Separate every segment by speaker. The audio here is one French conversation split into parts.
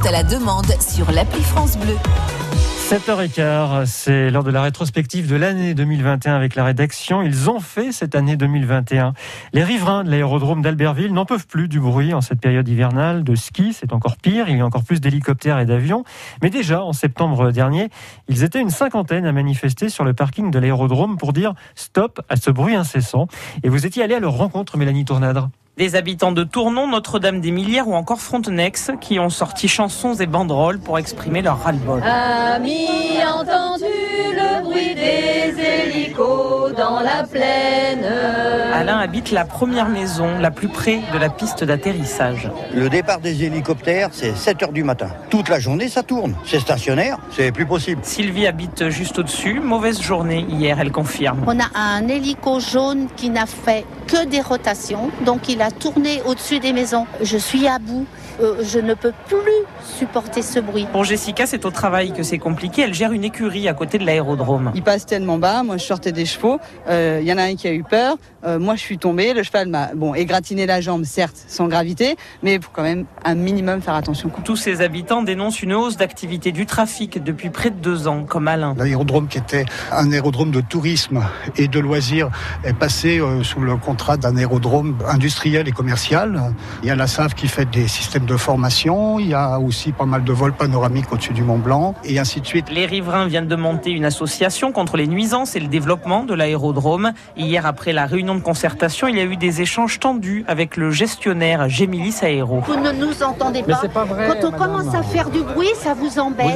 Speaker 1: à la demande sur l'appli France Bleu.
Speaker 2: 7h15, c'est lors de la rétrospective de l'année 2021 avec la rédaction. Ils ont fait cette année 2021. Les riverains de l'aérodrome d'Albertville n'en peuvent plus du bruit en cette période hivernale. De ski, c'est encore pire. Il y a encore plus d'hélicoptères et d'avions. Mais déjà, en septembre dernier, ils étaient une cinquantaine à manifester sur le parking de l'aérodrome pour dire stop à ce bruit incessant. Et vous étiez allé à leur rencontre, Mélanie Tournadre.
Speaker 3: Des habitants de Tournon, Notre-Dame-des-Millières ou encore Frontenex qui ont sorti chansons et banderoles pour exprimer leur ras-le-bol.
Speaker 4: Amis, entendu le bruit des hélicos dans la plaine.
Speaker 3: Alain habite la première maison, la plus près de la piste d'atterrissage.
Speaker 5: Le départ des hélicoptères, c'est 7h du matin. Toute la journée, ça tourne. C'est stationnaire, c'est plus possible.
Speaker 3: Sylvie habite juste au-dessus. Mauvaise journée hier, elle confirme.
Speaker 6: On a un hélico jaune qui n'a fait que des rotations, donc il a tourné au-dessus des maisons. Je suis à bout. Je ne peux plus supporter ce bruit.
Speaker 3: Pour Jessica, c'est au travail que c'est compliqué. Elle gère une écurie à côté de l'aérodrome.
Speaker 7: Il passe tellement bas. Moi, je sortais des chevaux. Il y en a un qui a eu peur. Moi, je suis tombée. Le cheval m'a égratigné la jambe, certes, sans gravité, mais il faut quand même un minimum faire attention.
Speaker 3: Tous ces habitants dénoncent une hausse d'activité du trafic depuis près de 2 ans, comme Alain.
Speaker 8: L'aérodrome, qui était un aérodrome de tourisme et de loisirs, est passé sous le contrat d'un aérodrome industriel et commercial. Il y a la SAF qui fait des systèmes de formation. Il y a aussi pas mal de vols panoramiques au-dessus du Mont Blanc et ainsi de suite.
Speaker 3: Les riverains viennent de monter une association contre les nuisances et le développement de l'aérodrome. Hier, après la réunion de concertation, il y a eu des échanges tendus avec le gestionnaire Gémilis Aéro.
Speaker 6: Vous ne nous entendez pas.
Speaker 9: Mais c'est pas vrai,
Speaker 6: quand on
Speaker 9: madame.
Speaker 6: commence à faire du bruit, ça vous embête.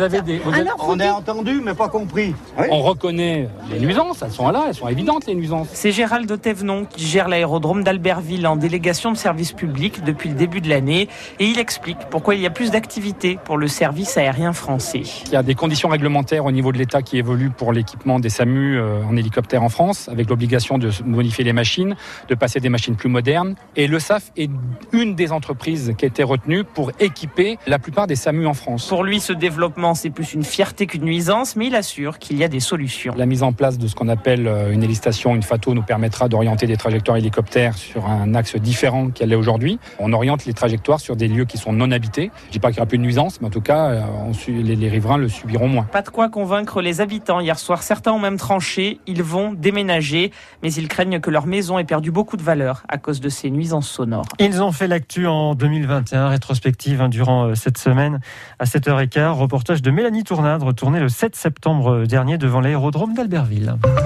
Speaker 5: On a entendu, mais pas compris. Oui.
Speaker 9: On reconnaît les nuisances, elles sont là, elles sont évidentes les nuisances.
Speaker 3: C'est Gérald de Thévenon qui gère l'aérodrome d'Albertville en délégation de service public depuis le début de l'année et il explique pourquoi il y a plus d'activité pour le service aérien français.
Speaker 9: Il y a des conditions réglementaires au niveau de l'État qui évoluent pour l'équipement des SAMU en hélicoptère en France, avec l'obligation de modifier les machines, de passer des machines plus modernes. Et le SAF est une des entreprises qui a été retenue pour équiper la plupart des SAMU en France.
Speaker 3: Pour lui, ce développement, c'est plus une fierté qu'une nuisance, mais il assure qu'il y a des solutions.
Speaker 9: La mise en place de ce qu'on appelle une hélistation, une FATO, nous permettra d'orienter des trajectoires hélicoptères sur un axe différent qu'elle est aujourd'hui. On oriente les trajectoires sur des lieux qui sont non habités. Je ne dis pas qu'il n'y aura plus de nuisance, mais en tout cas, les riverains le subiront moins.
Speaker 3: Pas de quoi convaincre les habitants. Hier soir, certains ont même tranché. Ils vont déménager, mais ils craignent que leur maison ait perdu beaucoup de valeur à cause de ces nuisances sonores.
Speaker 2: Ils ont fait l'actu en 2021, rétrospective durant cette semaine à 7h15. Reportage de Mélanie Tournadre, tourné le 7 septembre dernier devant l'aérodrome d'Albertville.